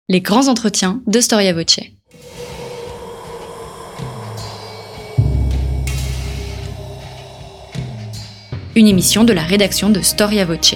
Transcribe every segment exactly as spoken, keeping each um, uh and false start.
Les grands entretiens de Storia Voce. Une émission de la rédaction de Storia Voce.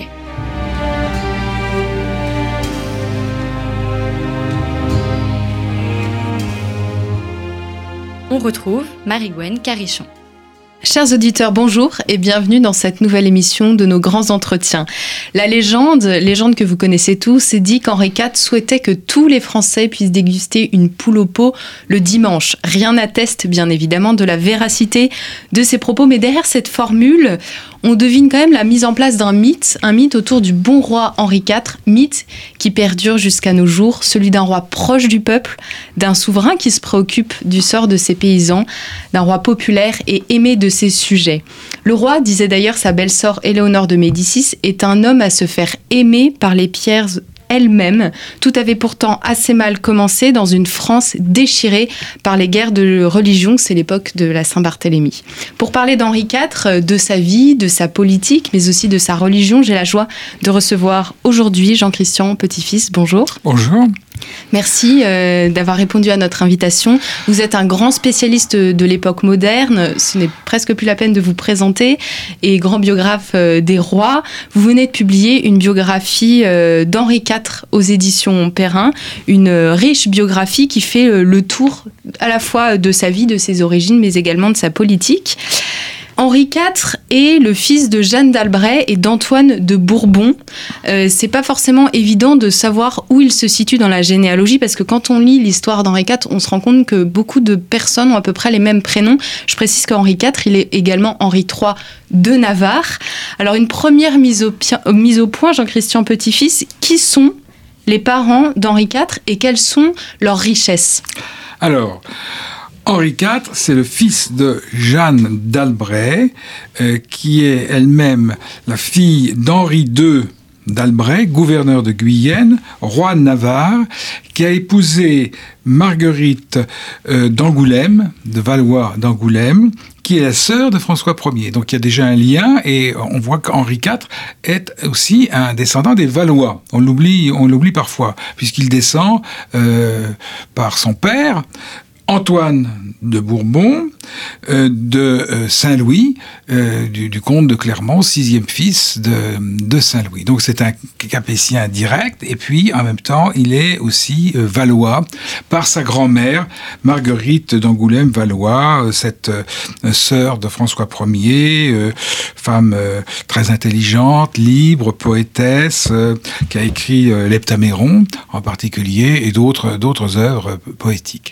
On retrouve Marie-Gwen Carichon. Chers auditeurs, bonjour et bienvenue dans cette nouvelle émission de nos grands entretiens. La légende, légende que vous connaissez tous, dit qu'Henri quatre souhaitait que tous les Français puissent déguster une poule au pot le dimanche. Rien n'atteste bien évidemment de la véracité de ces propos, mais derrière cette formule, on devine quand même la mise en place d'un mythe, un mythe autour du bon roi Henri quatre, mythe qui perdure jusqu'à nos jours, celui d'un roi proche du peuple, d'un souverain qui se préoccupe du sort de ses paysans, d'un roi populaire et aimé de ses sujets. Le roi, disait d'ailleurs sa belle-sœur Éléonore de Médicis, est un homme à se faire aimer par les pierres elle-même. Tout avait pourtant assez mal commencé dans une France déchirée par les guerres de religion, c'est l'époque de la Saint-Barthélemy. Pour parler d'Henri quatre, de sa vie, de sa politique, mais aussi de sa religion, j'ai la joie de recevoir aujourd'hui Jean-Christian Petit-Fils. Bonjour. Bonjour. Merci euh, d'avoir répondu à notre invitation. Vous êtes un grand spécialiste de l'époque moderne, ce n'est presque plus la peine de vous présenter, et grand biographe euh, des rois. Vous venez de publier une biographie euh, d'Henri quatre aux éditions Perrin, une euh, riche biographie qui fait euh, le tour à la fois de sa vie, de ses origines, mais également de sa politique. Henri quatre est le fils de Jeanne d'Albret et d'Antoine de Bourbon. Euh, c'est pas forcément évident de savoir où il se situe dans la généalogie, parce que quand on lit l'histoire d'Henri quatre, on se rend compte que beaucoup de personnes ont à peu près les mêmes prénoms. Je précise qu'Henri quatre, il est également Henri trois de Navarre. Alors une première mise au, pi- mise au point, Jean-Christian Petit-Fils, qui sont les parents d'Henri quatre et quelles sont leurs richesses ? Alors, Henri quatre, c'est le fils de Jeanne d'Albret, euh, qui est elle-même la fille d'Henri deux d'Albret, gouverneur de Guyenne, roi de Navarre, qui a épousé Marguerite euh, d'Angoulême, de Valois d'Angoulême, qui est la sœur de François Ier. Donc il y a déjà un lien, et on voit qu'Henri quatre est aussi un descendant des Valois. On l'oublie, on l'oublie parfois, puisqu'il descend euh, par son père, Antoine de Bourbon, euh, de euh, Saint-Louis, euh, du, du comte de Clermont, sixième fils de, de Saint-Louis. Donc c'est un capétien direct, et puis en même temps il est aussi euh, valois par sa grand-mère, Marguerite d'Angoulême-Valois, euh, cette euh, sœur de François Ier, euh, femme euh, très intelligente, libre, poétesse, euh, qui a écrit euh, l'Heptaméron en particulier, et d'autres, d'autres œuvres euh, poétiques.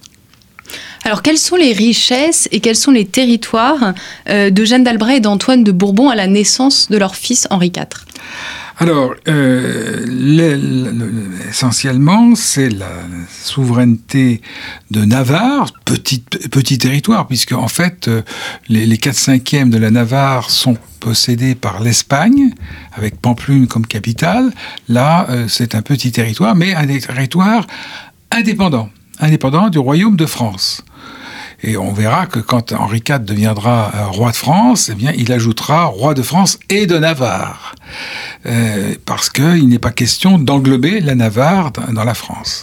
Alors, quelles sont les richesses et quels sont les territoires euh, de Jeanne d'Albret et d'Antoine de Bourbon à la naissance de leur fils Henri quatre ? Alors, euh, les, les, essentiellement, c'est la souveraineté de Navarre, petit, petit territoire, puisque en fait, euh, les, les quatre cinquièmes de la Navarre sont possédés par l'Espagne, avec Pampelune comme capitale. Là, euh, c'est un petit territoire, mais un territoire indépendant, indépendant du royaume de France. Et on verra que quand Henri quatre deviendra euh, roi de France, eh bien, il ajoutera roi de France et de Navarre. Euh, parce qu'il n'est pas question d'englober la Navarre dans, dans la France.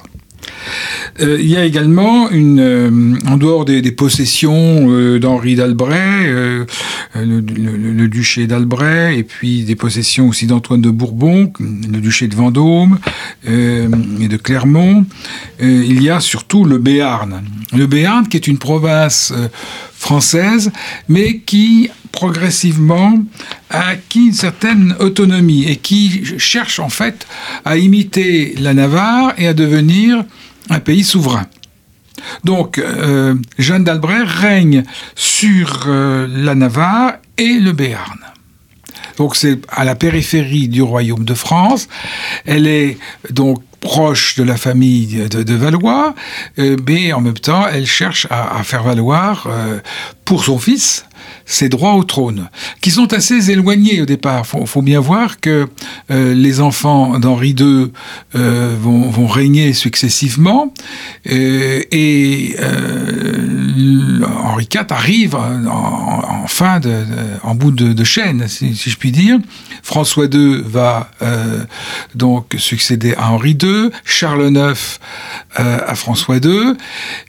Euh, il y a également, une, euh, en dehors des, des possessions euh, d'Henri d'Albret, euh, le, le, le duché d'Albret, et puis des possessions aussi d'Antoine de Bourbon, le duché de Vendôme euh, et de Clermont, euh, il y a surtout le Béarn. Le Béarn qui est une province euh, française, mais qui progressivement a acquis une certaine autonomie et qui cherche en fait à imiter la Navarre et à devenir un pays souverain. Donc, euh, Jeanne d'Albret règne sur euh, la Navarre et le Béarn. Donc, c'est à la périphérie du royaume de France. Elle est donc proche de la famille de, de Valois, euh, mais en même temps, elle cherche à, à faire valoir euh, pour son fils ses droits au trône, qui sont assez éloignés au départ. Il faut, faut bien voir que euh, les enfants d'Henri deux euh, vont, vont régner successivement, euh, et euh, Henri quatre arrive en, en, en fin de, de, en bout de, de chaîne, si, si je puis dire. François deux va euh, donc succéder à Henri deux, Charles neuf euh, à François deux.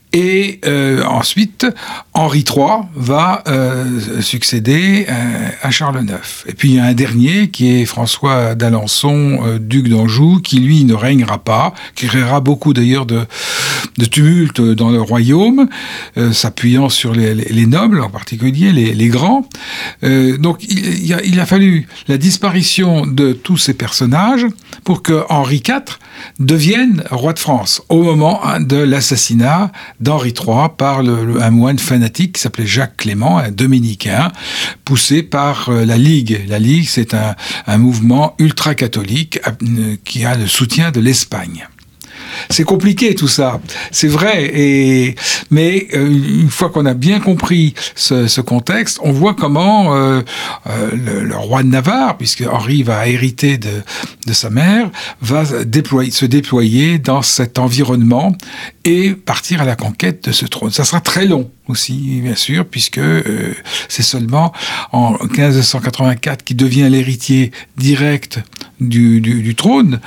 Et euh, ensuite, Henri trois va euh, succéder euh, à Charles neuf. Et puis il y a un dernier qui est François d'Alençon, euh, duc d'Anjou, qui lui ne régnera pas, qui créera beaucoup d'ailleurs de, de tumultes dans le royaume, euh, s'appuyant sur les, les, les nobles en particulier, les, les grands. Euh, donc il, il, a, il a fallu la disparition de tous ces personnages pour que Henri quatre devienne roi de France au moment de l'assassinat d'Henri trois par le, le, un moine fanatique qui s'appelait Jacques Clément, un dominicain, poussé par euh, la Ligue. La Ligue, c'est un, un mouvement ultra-catholique euh, qui a le soutien de l'Espagne. C'est compliqué tout ça, c'est vrai, et, mais euh, une fois qu'on a bien compris ce, ce contexte, on voit comment euh, euh, le, le roi de Navarre, puisque Henri va hériter de, de sa mère, va déployer, se déployer dans cet environnement et partir à la conquête de ce trône. Ça sera très long aussi, bien sûr, puisque euh, c'est seulement en quinze cent quatre-vingt-quatre qu'il devient l'héritier direct du, du, du trône,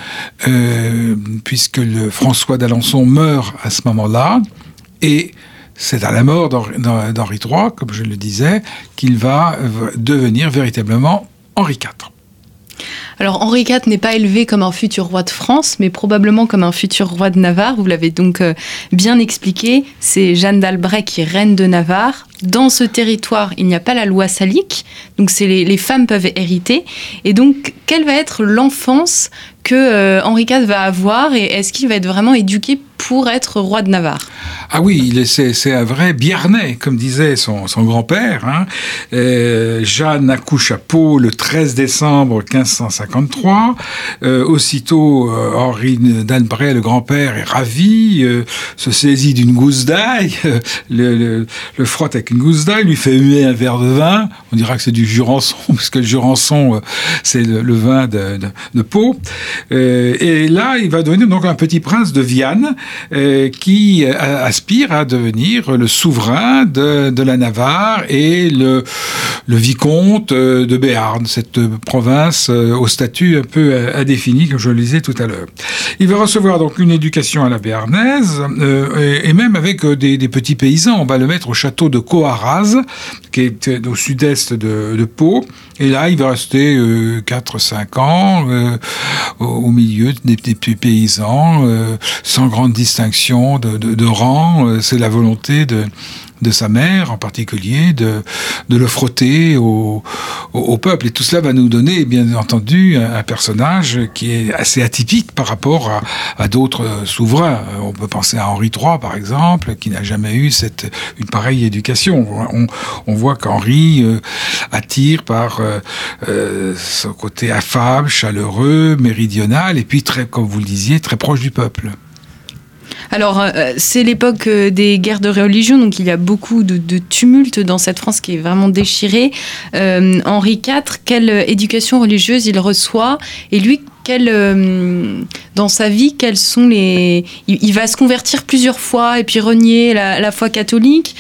euh, puisque le François d'Alençon meurt à ce moment-là, et c'est à la mort d'Henri trois, comme je le disais, qu'il va devenir véritablement Henri quatre. Alors Henri quatre n'est pas élevé comme un futur roi de France, mais probablement comme un futur roi de Navarre. Vous l'avez donc euh, bien expliqué. C'est Jeanne d'Albret qui est reine de Navarre. Dans ce territoire, il n'y a pas la loi salique, donc c'est les, les femmes peuvent hériter. Et donc, quelle va être l'enfance que euh, Henri quatre va avoir, et est-ce qu'il va être vraiment éduqué pour être roi de Navarre? Ah oui, il est, c'est, c'est un vrai Biarnais, comme disait son, son grand-père. Hein. Euh, Jeanne accouche à Pau le treize décembre quinze cent cinquante-trois. Euh, aussitôt, euh, Henri d'Albret, le grand-père, est ravi, euh, se saisit d'une gousse d'ail, euh, le, le, le frotte avec une gousse d'ail, lui fait huer un verre de vin. On dira que c'est du Jurançon, parce que le Jurançon, euh, c'est le, le vin de, de, de Pau. Euh, et là, il va devenir donc un petit prince de Viane, euh, qui euh, aspire à devenir le souverain de, de la Navarre et le, le vicomte de Béarn, cette province euh, au statut un peu indéfini, comme je le disais tout à l'heure. Il va recevoir donc une éducation à la béarnaise, euh, et, et même avec euh, des, des petits paysans. On va le mettre au château de Coarraze, qui est au sud-est de, de Pau. Et là, il va rester euh, quatre à cinq ans euh, au, au milieu des, des paysans, euh, sans grande distinction de, de, de rang. Euh, c'est la volonté de, de sa mère, en particulier, de, de le frotter au, au, au peuple. Et tout cela va nous donner, bien entendu, un, un personnage qui est assez atypique par rapport à, à d'autres souverains. On peut penser à Henri trois, par exemple, qui n'a jamais eu cette, une pareille éducation. On, on voit qu'Henri euh, attire par euh, euh, son côté affable, chaleureux, méridional, et puis, très, comme vous le disiez, très proche du peuple. Alors, euh, c'est l'époque euh, des guerres de religion, donc il y a beaucoup de, de tumultes dans cette France qui est vraiment déchirée. Euh, Henri quatre, quelle éducation religieuse il reçoit? Et lui, quelle, euh, dans sa vie, quels sont les... Il, il va se convertir plusieurs fois et puis renier la, la foi catholique.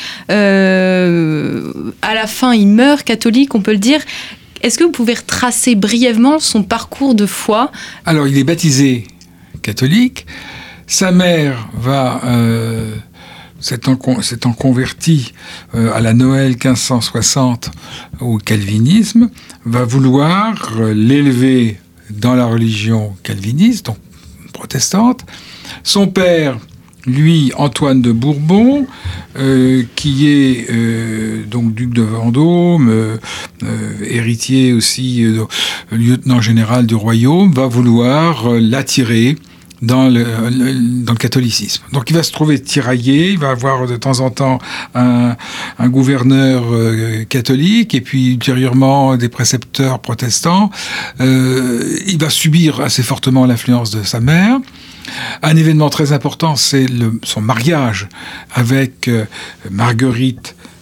Euh, à la fin, il meurt catholique, on peut le dire. Est-ce que vous pouvez retracer brièvement son parcours de foi? Alors, il est baptisé catholique. Sa mère va, euh, s'étant, s'étant convertie euh, à la Noël quinze cent soixante au calvinisme, va vouloir euh, l'élever dans la religion calviniste, donc protestante. Son père, lui, Antoine de Bourbon, euh, qui est euh, donc duc de Vendôme, euh, euh, héritier aussi, euh, lieutenant général du royaume, va vouloir euh, l'attirer dans le, dans le catholicisme. Donc il va se trouver tiraillé, il va avoir de temps en temps un, un gouverneur euh, catholique et puis ultérieurement des précepteurs protestants. Euh, il va subir assez fortement l'influence de sa mère. Un événement très important, c'est le, son mariage avec euh, Marguerite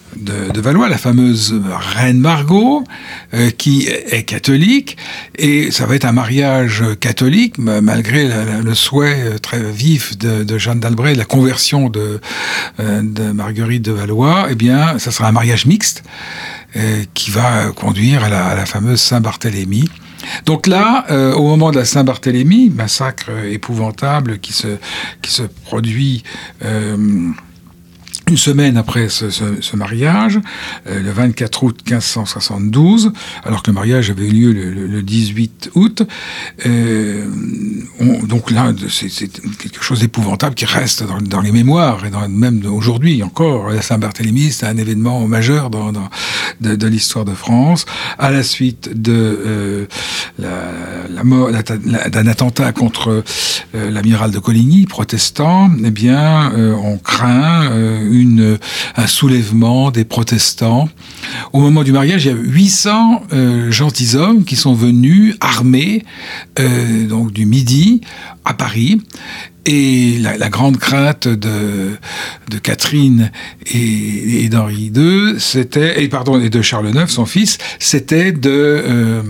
de, de Valois, la fameuse reine Margot, euh, qui est catholique, et ça va être un mariage catholique, malgré la, la, le souhait très vif de, de Jeanne d'Albret, la conversion de, euh, de Marguerite de Valois. Eh bien, ça sera un mariage mixte euh, qui va conduire à la, à la fameuse Saint-Barthélemy. Donc là, euh, au moment de la Saint-Barthélemy, massacre épouvantable qui se, qui se produit euh, une semaine après ce, ce, ce mariage, euh, le vingt-quatre août quinze cent soixante-douze, alors que le mariage avait eu lieu le, le, le dix-huit août. Euh, on, donc là, c'est, c'est quelque chose d'épouvantable qui reste dans, dans les mémoires, et dans, même aujourd'hui encore. La Saint-Barthélemy, c'est un événement majeur dans, dans, de, de l'histoire de France. À la suite de euh, la, la mort, la, la, d'un attentat contre euh, l'amiral de Coligny, protestant, eh bien, euh, on craint euh, Une, un soulèvement des protestants. Au moment du mariage, il y a huit cents euh, gentilshommes qui sont venus armés euh, donc du Midi à Paris. Et la, la grande crainte de, de Catherine et, et d'Henri deux, c'était, et pardon, et de Charles neuf, son fils, c'était de euh,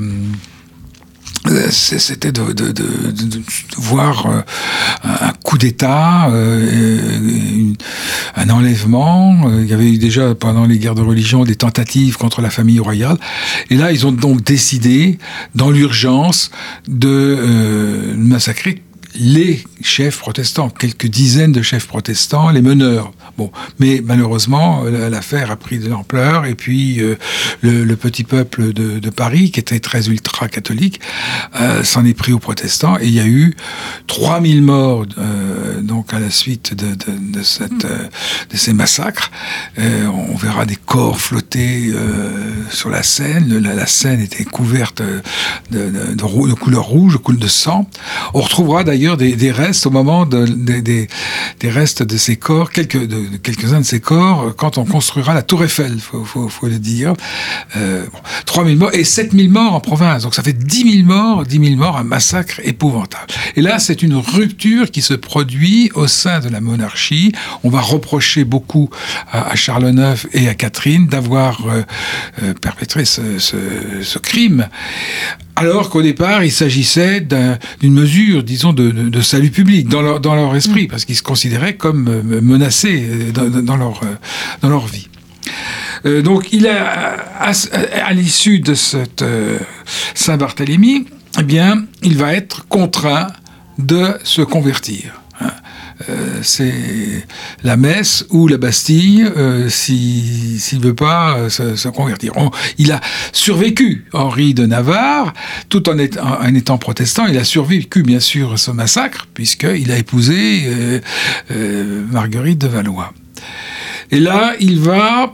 c'était de, de, de, de, de voir euh, un coup d'État, euh, une, un enlèvement. Il y avait eu déjà, pendant les guerres de religion, des tentatives contre la famille royale. Et là, ils ont donc décidé, dans l'urgence, de euh, massacrer les chefs protestants, quelques dizaines de chefs protestants, les meneurs. Bon, mais malheureusement, l'affaire a pris de l'ampleur, et puis euh, le, le petit peuple de, de Paris, qui était très ultra-catholique, euh, s'en est pris aux protestants, et il y a eu trois mille morts euh, donc à la suite de, de, de, cette, euh, de ces massacres. Euh, on verra des corps flotter euh, sur la Seine. La, la Seine était couverte de, de, de, de, de couleur rouge, de couleur de sang. On retrouvera d'ailleurs des, des restes au moment de, de, des, des restes de ces corps, quelques, de, de quelques-uns de ces corps, quand on construira la Tour Eiffel, faut, faut, faut le dire. Euh, bon, trois mille morts et sept mille morts en province. Donc ça fait dix mille morts, dix mille morts, un massacre épouvantable. Et là, c'est une rupture qui se produit au sein de la monarchie. On va reprocher beaucoup à, à Charles neuf et à Catherine d'avoir euh, euh, perpétré ce, ce, ce crime, alors qu'au départ, il s'agissait d'un, d'une mesure, disons, de, de, de salut public dans leur, dans leur esprit, parce qu'ils se considéraient comme menacés dans, dans, leur, dans leur vie. Euh, donc, il a, à, à l'issue de cette euh, Saint-Barthélemy, eh bien, il va être contraint de se convertir. Hein. Euh, c'est la messe ou la Bastille euh, si, s'il ne veut pas euh, se, se convertir. On, il a survécu, Henri de Navarre, tout en, est, en, en étant protestant, il a survécu bien sûr à ce massacre, puisqu'il a épousé euh, euh, Marguerite de Valois. Et là, il va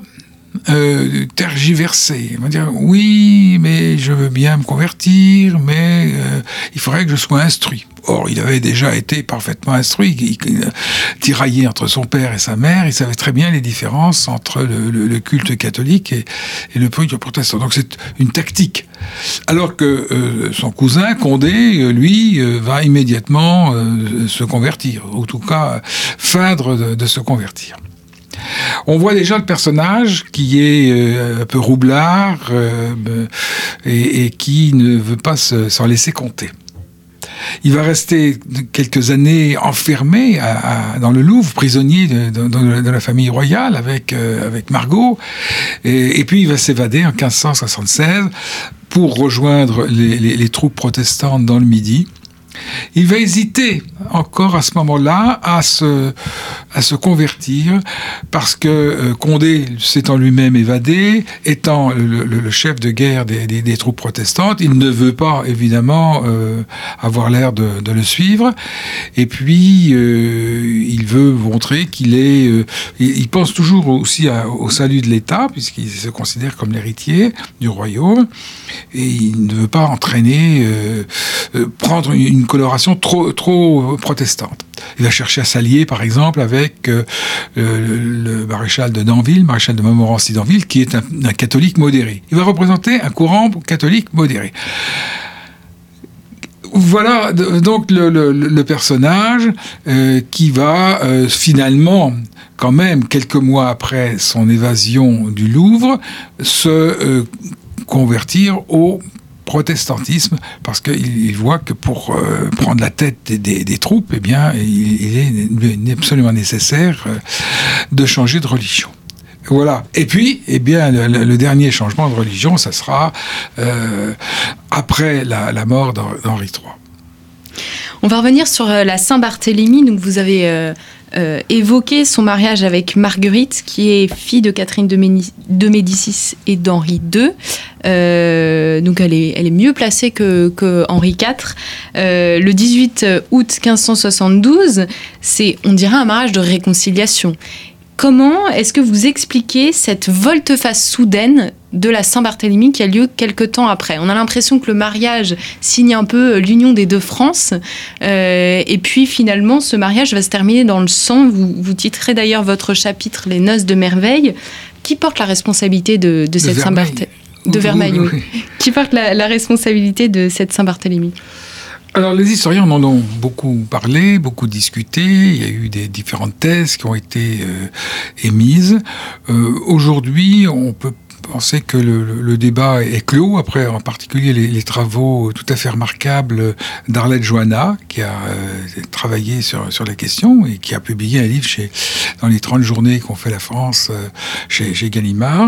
euh, tergiverser. Il va dire, oui, mais je veux bien me convertir, mais euh, il faudrait que je sois instruit. Or, il avait déjà été parfaitement instruit, il, il tiraillait entre son père et sa mère, il savait très bien les différences entre le, le, le culte catholique et, et le culte protestant. Donc c'est une tactique. Alors que euh, son cousin, Condé, lui, euh, va immédiatement euh, se convertir, ou en tout cas feindre de, de se convertir. On voit déjà le personnage qui est euh, un peu roublard euh, et, et qui ne veut pas se, s'en laisser compter. Il va rester quelques années enfermé à, à, dans le Louvre, prisonnier de, de, de, de la famille royale avec, euh, avec Margot. Et, et puis il va s'évader en quinze cent soixante-seize pour rejoindre les, les, les troupes protestantes dans le Midi. Il va hésiter encore à ce moment-là à se, à se convertir parce que euh, Condé s'étant lui-même évadé, étant le, le, le chef de guerre des, des, des troupes protestantes, il ne veut pas évidemment euh, avoir l'air de, de le suivre. Et puis euh, il veut montrer qu'il est, euh, il, il pense toujours aussi à, au salut de l'État puisqu'il se considère comme l'héritier du royaume et il ne veut pas entraîner, euh, euh, prendre une, une coloration trop, trop protestante. Il va chercher à s'allier, par exemple, avec euh, le, le maréchal de Danville, maréchal de Montmorency d'Anville, qui est un, un catholique modéré. Il va représenter un courant catholique modéré. voilà donc le, le, le personnage euh, qui va euh, finalement, quand même, quelques mois après son évasion du Louvre, se euh, convertir au protestantisme, parce qu'il voit que pour euh, prendre la tête des, des, des troupes, eh bien, il, il est absolument nécessaire euh, de changer de religion. Voilà. Et puis, eh bien, le, le dernier changement de religion, ça sera euh, après la, la mort d'Henri trois. On va revenir sur la Saint-Barthélemy. Donc, vous avez euh, euh, évoqué son mariage avec Marguerite, qui est fille de Catherine de, Méni- de Médicis et d'Henri deux. Euh, donc, elle est, elle est mieux placée que, que Henri quatre. Euh, le dix-huit août quinze cent soixante-douze, c'est, on dirait, un mariage de réconciliation. Comment est-ce que vous expliquez cette volte-face soudaine de la Saint-Barthélemy qui a lieu quelques temps après? On a l'impression que le mariage signe un peu l'union des deux Frances. Euh, et puis finalement, ce mariage va se terminer dans le sang. Vous, vous titrez d'ailleurs votre chapitre « Les noces de merveille ». Qui porte la responsabilité de, de cette Saint-Barthélemy? De Vermeil, oui. oui. Qui porte la, la responsabilité de cette Saint-Barthélemy? Alors, les historiens en ont beaucoup parlé, beaucoup discuté. Il y a eu des différentes thèses qui ont été euh, émises. Euh, aujourd'hui, on peut penser que le, le débat est clos, après en particulier les, les travaux tout à fait remarquables d'Arlette Joanna, qui a euh, travaillé sur, sur la question et qui a publié un livre chez, dans les trente journées qu'ont fait la France euh, chez, chez Gallimard.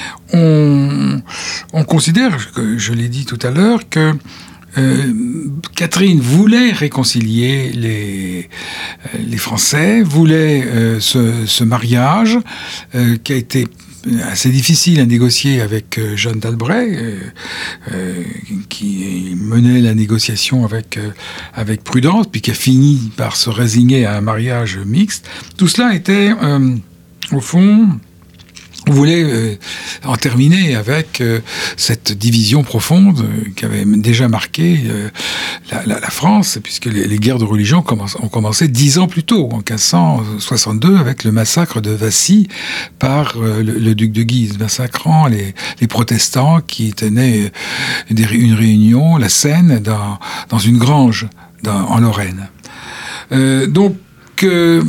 On, on considère, je l'ai dit tout à l'heure, que Euh, Catherine voulait réconcilier les, euh, les Français, voulait euh, ce, ce mariage euh, qui a été assez difficile à négocier avec euh, Jeanne d'Albret, euh, euh, qui menait la négociation avec, euh, avec prudence, puis qui a fini par se résigner à un mariage mixte. Tout cela était, euh, au fond... On voulait euh, en terminer avec euh, cette division profonde euh, qui avait déjà marqué euh, la, la, la France, puisque les, les guerres de religion commencent, ont commencé dix ans plus tôt, en quinze cent soixante-deux, avec le massacre de Vassy par euh, le, le duc de Guise, massacrant les, les protestants qui tenaient des, une réunion, la Seine, dans, dans une grange dans, en Lorraine. Euh, donc, que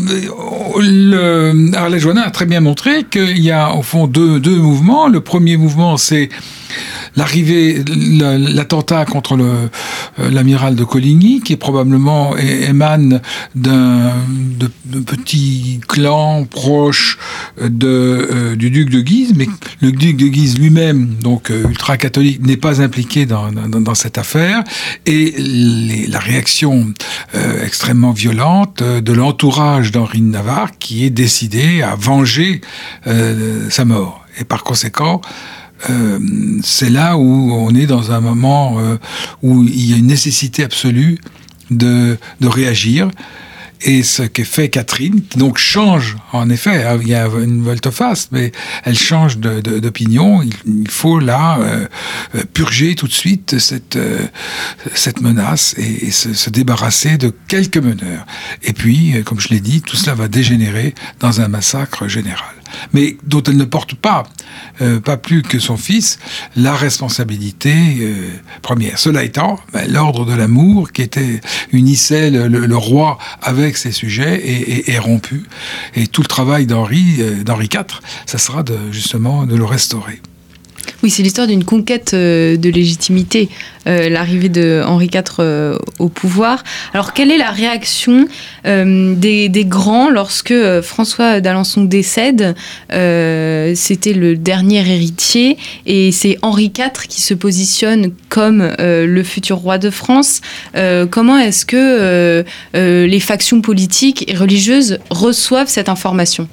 le, Arlette Joanna a très bien montré qu'il y a au fond deux, deux mouvements. Le premier mouvement, c'est l'arrivée, l'attentat contre le, l'amiral de Coligny, qui est probablement émane d'un de, de petit clan proche de, euh, du duc de Guise, mais le duc de Guise lui-même, donc euh, ultra-catholique, n'est pas impliqué dans, dans, dans cette affaire, et les, la réaction euh, extrêmement violente de l'entourage d'Henri de Navarre, qui est décidé à venger euh, sa mort. Et par conséquent, Euh, c'est là où on est dans un moment euh, où il y a une nécessité absolue de, de réagir. Et ce qu'a fait Catherine, qui donc change, en effet, il y a une volte-face, mais elle change de, de, d'opinion. Il, il faut là euh, purger tout de suite cette, euh, cette menace et, et se, se débarrasser de quelques meneurs. Et puis, comme je l'ai dit, tout cela va dégénérer dans un massacre général, mais dont elle ne porte pas, euh, pas plus que son fils, la responsabilité euh, première. Cela étant, ben, l'ordre de l'amour, qui était unissait le, le, le roi avec ses sujets, est, est, est rompu. Et tout le travail d'Henri, euh, d'Henri quatre, ça sera de, justement de le restaurer. Oui, c'est l'histoire d'une conquête euh, de légitimité, euh, l'arrivée de Henri quatre euh, au pouvoir. Alors, quelle est la réaction euh, des, des grands lorsque euh, François d'Alençon décède? euh, C'était le dernier héritier et c'est Henri quatre qui se positionne comme euh, le futur roi de France. Euh, comment est-ce que euh, euh, les factions politiques et religieuses reçoivent cette information?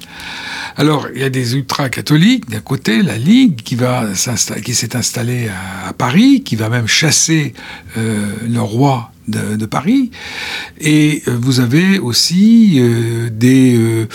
Alors, il y a des ultra-catholiques, d'un côté, la Ligue, qui, va qui s'est installée à, à Paris, qui va même chasser euh, le roi de, de Paris. Et euh, vous avez aussi euh, des, euh,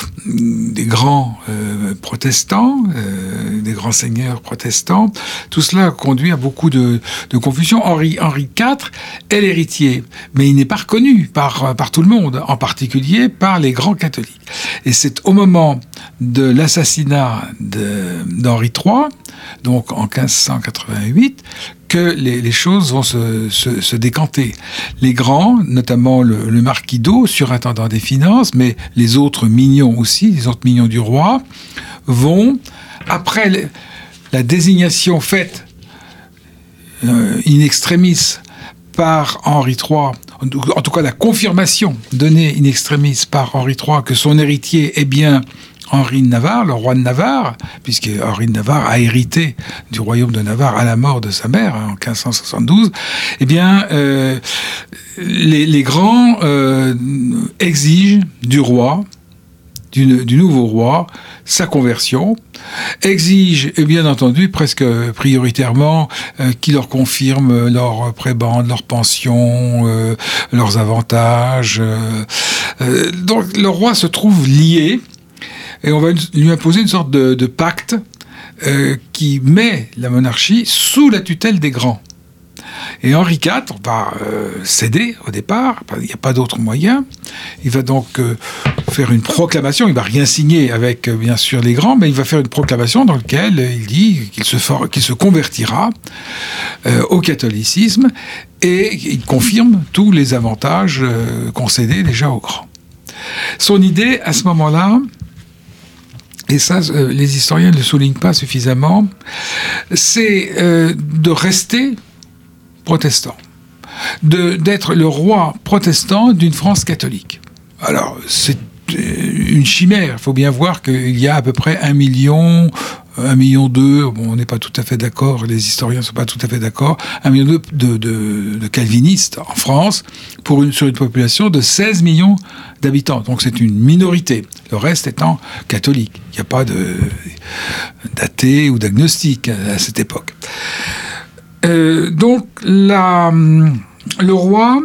des grands euh, protestants, euh, des grands seigneurs protestants. Tout cela conduit à beaucoup de, de confusion. Henri, Henri quatre est l'héritier, mais il n'est pas reconnu par, par tout le monde, en particulier par les grands catholiques. Et c'est au moment de l'assassinat de, d'Henri trois, donc en quinze cent quatre-vingt-huit, que les, les choses vont se, se, se décanter. Les grands, notamment le, le marquis d'O, surintendant des finances, mais les autres mignons aussi, les autres mignons du roi, vont, après les, la désignation faite euh, in extremis par Henri trois, en tout cas la confirmation donnée in extremis par Henri trois que son héritier est bien Henri de Navarre, le roi de Navarre, puisque Henri de Navarre a hérité du royaume de Navarre à la mort de sa mère, hein, en quinze cent soixante-douze, eh bien, euh, les, les grands euh, exigent du roi, du, du nouveau roi, sa conversion, exige, et bien entendu, presque prioritairement, euh, qu'il leur confirme leur prébende, leur pension, euh, leurs avantages. Euh, euh, donc le roi se trouve lié, et on va lui imposer une sorte de, de pacte euh, qui met la monarchie sous la tutelle des grands. Et Henri quatre va euh, céder au départ, il n'y a pas d'autre moyen. Il va donc euh, faire une proclamation, il ne va rien signer avec euh, bien sûr les grands, mais il va faire une proclamation dans laquelle il dit qu'il se, for- qu'il se convertira euh, au catholicisme et il confirme tous les avantages euh, concédés déjà aux grands. Son idée à ce moment-là, et ça, euh, les historiens ne le soulignent pas suffisamment, c'est euh, de rester protestant, de, d'être le roi protestant d'une France catholique. Alors, c'est une chimère. Il faut bien voir qu'il y a à peu près un million, un million deux, bon, on n'est pas tout à fait d'accord, les historiens ne sont pas tout à fait d'accord, un million deux de, de, de calvinistes en France, pour une, sur une population de seize millions d'habitants. Donc c'est une minorité, le reste étant catholique. Il n'y a pas de, d'athées ou d'agnostiques à cette époque. Euh, donc la, le roi,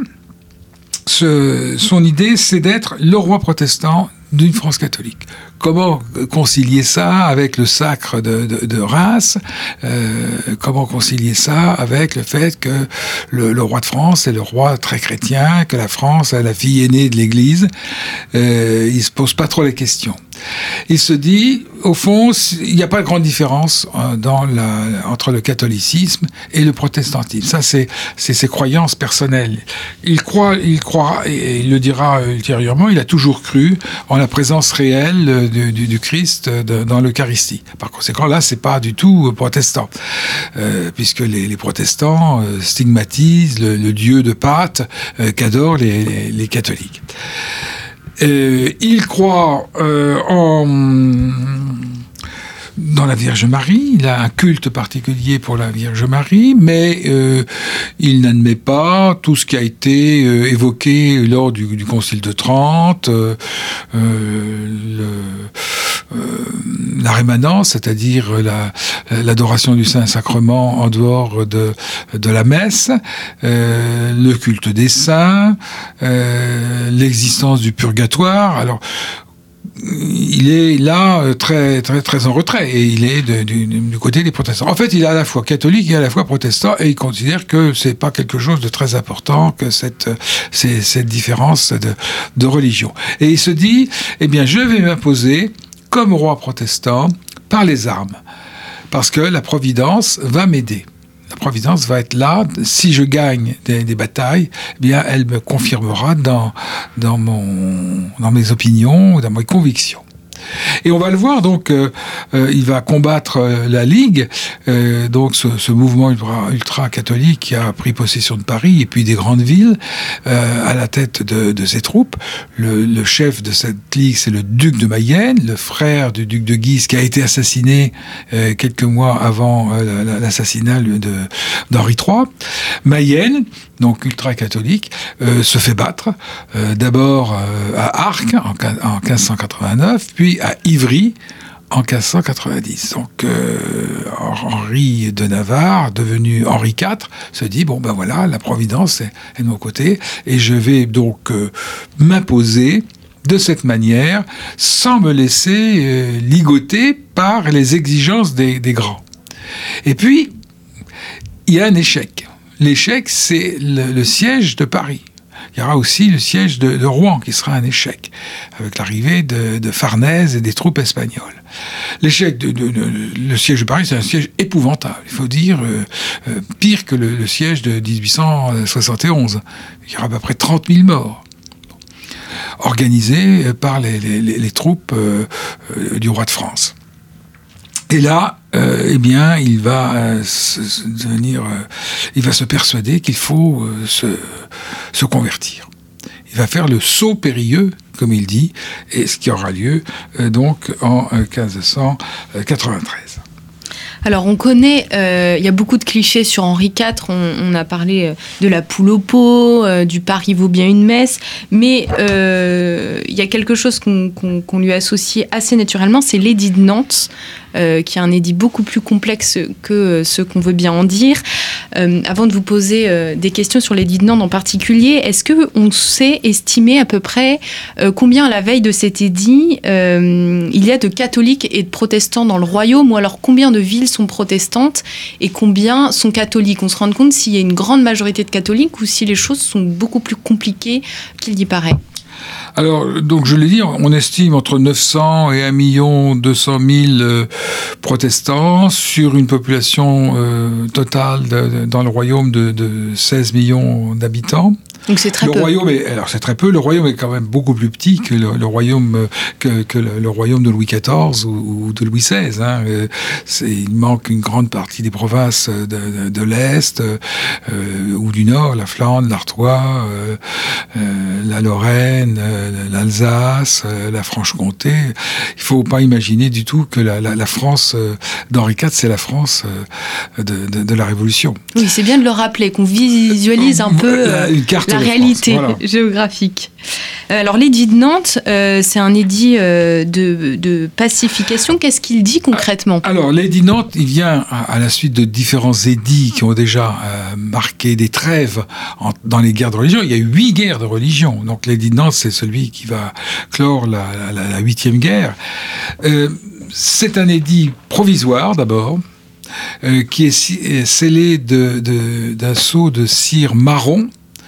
ce, son idée, c'est d'être le roi protestant d'une France catholique. Comment concilier ça avec le sacre de, de, de Reims euh, Comment concilier ça avec le fait que le, le roi de France est le roi très chrétien, que la France est la fille aînée de l'Église? euh, Il ne se pose pas trop les questions. Il se dit, au fond, il n'y a pas de grande différence dans la, entre le catholicisme et le protestantisme. Ça, c'est, c'est ses croyances personnelles. Il croit, il croit, et il le dira ultérieurement, il a toujours cru en la présence réelle du, du, du Christ de, dans l'Eucharistie. Par conséquent, là, c'est pas du tout protestant, euh, puisque les, les protestants euh, stigmatisent le, le Dieu de Pâques euh, qu'adorent les, les, les catholiques. Euh, il croit euh, en, dans la Vierge Marie, il a un culte particulier pour la Vierge Marie, mais euh, il n'admet pas tout ce qui a été euh, évoqué lors du, du Concile de Trente, euh, euh, le, euh, la rémanence, c'est-à-dire la, l'adoration du Saint-Sacrement en dehors de, de la messe, euh, le culte des saints, euh, l'existence du purgatoire. Alors, il est là très très très en retrait et il est de, du, du côté des protestants. En fait, il est à la fois catholique et à la fois protestant et il considère que c'est pas quelque chose de très important que cette c'est, cette différence de, de religion. Et il se dit, eh bien, je vais m'imposer comme roi protestant par les armes, parce que la Providence va m'aider. La Providence va être là, si je gagne des, des batailles, eh bien, elle me confirmera dans, dans, mon, dans mes opinions, dans mes convictions. Et on va le voir, donc, euh, euh, il va combattre euh, la Ligue, euh, donc ce, ce mouvement ultra, ultra-catholique qui a pris possession de Paris et puis des grandes villes, euh, à la tête de, de ses troupes. Le, le chef de cette Ligue, c'est le duc de Mayenne, le frère du duc de Guise, qui a été assassiné euh, quelques mois avant euh, l'assassinat de, d'Henri trois. Mayenne, donc ultra-catholique, euh, se fait battre, euh, d'abord euh, à Arques en, en quinze cent quatre-vingt-neuf, puis à Ivry en quinze cent quatre-vingt-dix. Donc euh, Henri de Navarre, devenu Henri quatre, se dit, bon ben voilà, la Providence est, est de mon côté, et je vais donc euh, m'imposer de cette manière, sans me laisser euh, ligoter par les exigences des, des grands. Et puis, il y a un échec. L'échec, c'est le, le siège de Paris, il y aura aussi le siège de, de Rouen, qui sera un échec, avec l'arrivée de, de Farnèse et des troupes espagnoles. L'échec de, de, de, le siège de Paris, c'est un siège épouvantable. Il faut dire euh, euh, pire que le, le siège de dix-huit cent soixante et onze. Il y aura à peu près trente mille morts, organisés par les, les, les troupes euh, euh, du roi de France. Et là, euh, eh bien, il va euh, se, se devenir, euh, il va se persuader qu'il faut euh, se, se convertir. Il va faire le saut périlleux, comme il dit, et ce qui aura lieu euh, donc en euh, quinze cent quatre-vingt-treize. Alors on connaît, euh, il y a beaucoup de clichés sur Henri quatre, on, on a parlé de la poule au pot, euh, du Paris vaut bien une messe, mais euh, il y a quelque chose qu'on, qu'on, qu'on lui associe assez naturellement, c'est l'édit de Nantes, euh, qui est un édit beaucoup plus complexe que ce qu'on veut bien en dire. Euh, avant de vous poser euh, des questions sur l'édit de Nantes en particulier, est-ce qu'on sait estimer à peu près euh, combien à la veille de cet édit euh, il y a de catholiques et de protestants dans le royaume, ou alors combien de villes sont protestantes et combien sont catholiques? On se rend compte s'il y a une grande majorité de catholiques ou si les choses sont beaucoup plus compliquées qu'il y paraît. Alors, donc je l'ai dit, on estime entre neuf cents et un million deux cent mille euh, protestants sur une population euh, totale de, de, dans le royaume de, de seize millions d'habitants. Donc c'est très le peu. Royaume est, alors c'est très peu. Le royaume est quand même beaucoup plus petit que le, le royaume que, que le, le royaume de Louis quatorze ou, ou de Louis seize. Hein. C'est, il manque une grande partie des provinces de, de, de l'Est euh, ou du Nord, la Flandre, l'Artois, euh, euh, la Lorraine, euh, l'Alsace, euh, la Franche-Comté. Il faut pas imaginer du tout que la, la, la France euh, d'Henri quatre, c'est la France euh, de, de, de la Révolution. Oui, c'est bien de le rappeler, qu'on visualise un peu euh, une carte la réalité France, voilà. géographique. Alors l'édit de Nantes, euh, c'est un édit euh, de, de pacification. Qu'est-ce qu'il dit concrètement? Alors l'édit de Nantes, il vient à, à la suite de différents édits qui ont déjà euh, marqué des trêves en, dans les guerres de religion. Il y a eu huit guerres de religion. Donc l'édit de Nantes, c'est celui qui va clore la, la, la huitième guerre. Euh, c'est un édit provisoire d'abord, euh, qui est, est scellé de, de, d'un sceau de cire marron.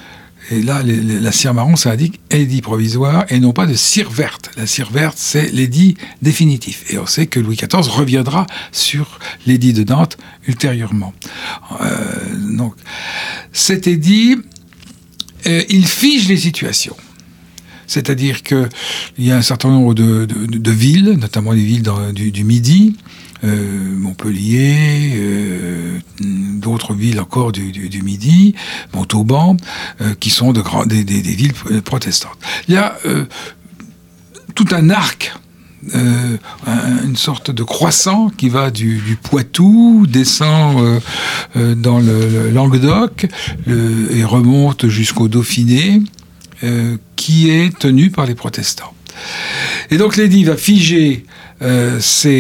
Et là, les, les, la cire marron, ça indique édit provisoire et non pas de cire verte. La cire verte, c'est l'édit définitif. Et on sait que Louis quatorze reviendra sur l'édit de Nantes ultérieurement. Euh, donc, cet édit, euh, il fige les situations. C'est-à-dire qu'il y a un certain nombre de, de, de villes, notamment les villes dans, du, du Midi, Euh, Montpellier, euh, d'autres villes encore du, du, du Midi, Montauban, euh, qui sont de grands, des, des, des villes protestantes. Il y a euh, tout un arc, euh, un, une sorte de croissant qui va du, du Poitou, descend euh, euh, dans le, le Languedoc le, et remonte jusqu'au Dauphiné, euh, qui est tenu par les protestants. Et donc l'édit va figer Euh,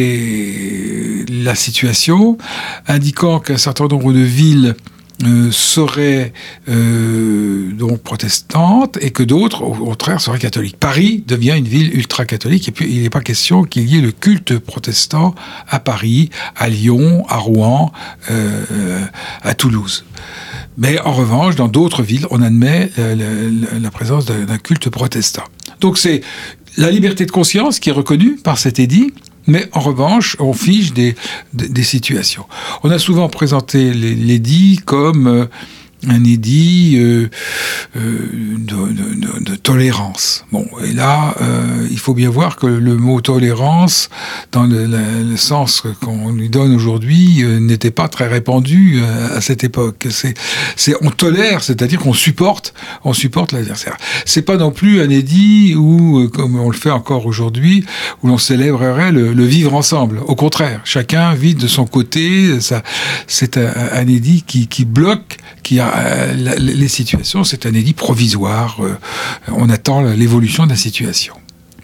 c'est la situation, indiquant qu'un certain nombre de villes euh, seraient euh, donc protestantes et que d'autres, au contraire, seraient catholiques. Paris devient une ville ultra-catholique et puis il n'est pas question qu'il y ait le culte protestant à Paris, à Lyon, à Rouen, euh, à Toulouse. Mais en revanche, dans d'autres villes, on admet la, la, la présence d'un culte protestant. Donc c'est la liberté de conscience qui est reconnue par cet édit, mais en revanche, on fige des, des, des situations. On a souvent présenté l'édit comme euh, un édit euh, euh, de, de, de, de tolérance. Bon, et là, euh, il faut bien voir que le mot tolérance, dans le, le, le sens qu'on lui donne aujourd'hui, euh, n'était pas très répandu euh, à cette époque. C'est, c'est, on tolère, c'est-à-dire qu'on supporte, on supporte l'adversaire. C'est pas non plus un édit où, euh, comme on le fait encore aujourd'hui, où l'on célébrerait le, le vivre ensemble. Au contraire, chacun vit de son côté. Ça, c'est un, un édit qui, qui bloque, qui a les situations, c'est un édit provisoire. On attend l'évolution de la situation.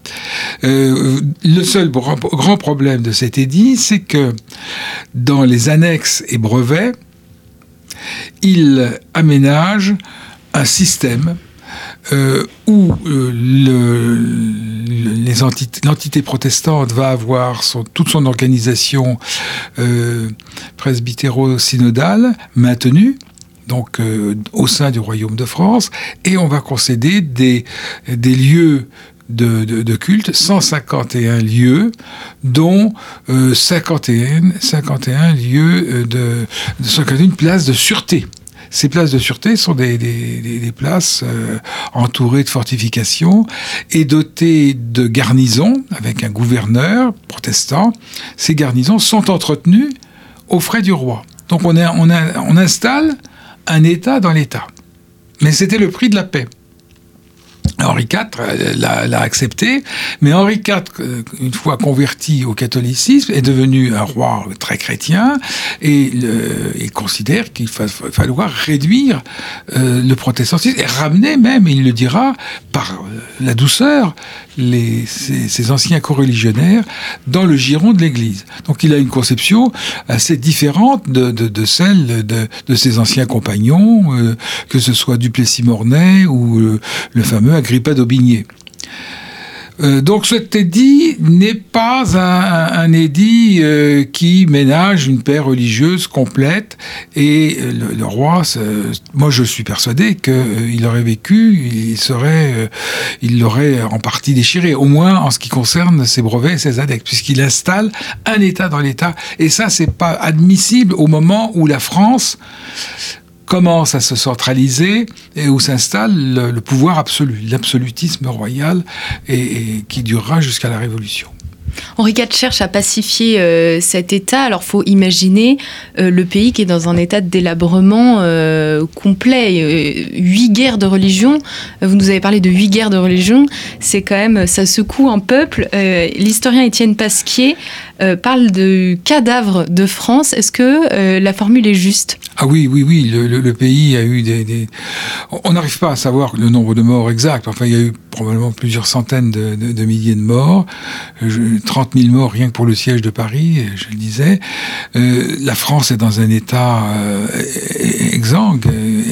Euh, le seul grand problème de cet édit, c'est que dans les annexes et brevets, il aménage un système euh, où euh, le, les entités, l'entité protestante va avoir son, toute son organisation euh, presbytéro-synodale maintenue. donc euh, au sein du Royaume de France, et on va concéder des, des lieux de, de, de culte, cent cinquante et un lieux, dont euh, cinquante et un, cinquante et un lieux de, de cinquante et une places de sûreté. Ces places de sûreté sont des, des, des, des places euh, entourées de fortifications et dotées de garnisons, avec un gouverneur protestant. Ces garnisons sont entretenues aux frais du roi. Donc on, a, on, a, on installe un État dans l'État. Mais c'était le prix de la paix. Henri quatre l'a, l'a accepté, mais Henri quatre, une fois converti au catholicisme, est devenu un roi très chrétien et le, il considère qu'il va falloir réduire euh, le protestantisme et ramener même, il le dira, par la douceur, les, ces, ces anciens coreligionnaires dans le giron de l'Église. Donc il a une conception assez différente de, de, de celle de, de ses anciens compagnons, euh, que ce soit Duplessis-Mornay ou euh, le fameux Agrippa d'Aubigné. Euh, donc cet édit n'est pas un, un édit euh, qui ménage une paix religieuse complète, et le, le roi, moi je suis persuadé qu'il euh, aurait vécu, il serait, euh, il l'aurait en partie déchiré, au moins en ce qui concerne ses brevets et ses adeptes, puisqu'il installe un État dans l'État, et ça c'est pas admissible au moment où la France commence à se centraliser et où s'installe le, le pouvoir absolu, l'absolutisme royal, et, et qui durera jusqu'à la Révolution. Henri quatre cherche à pacifier euh, cet État. Alors, il faut imaginer euh, le pays qui est dans un état de délabrement euh, complet. Euh, huit guerres de religion. Vous nous avez parlé de huit guerres de religion. C'est quand même, ça secoue un peuple. Euh, l'historien Étienne Pasquier euh, parle de cadavre de France. Est-ce que euh, la formule est juste ? Ah oui, oui, oui. Le, le, le pays a eu des... des... On n'arrive pas à savoir le nombre de morts exact. Enfin, il y a eu probablement plusieurs centaines de, de, de milliers de morts. Je, trente mille morts rien que pour le siège de Paris, je le disais. Euh, la France est dans un état euh, exsangue.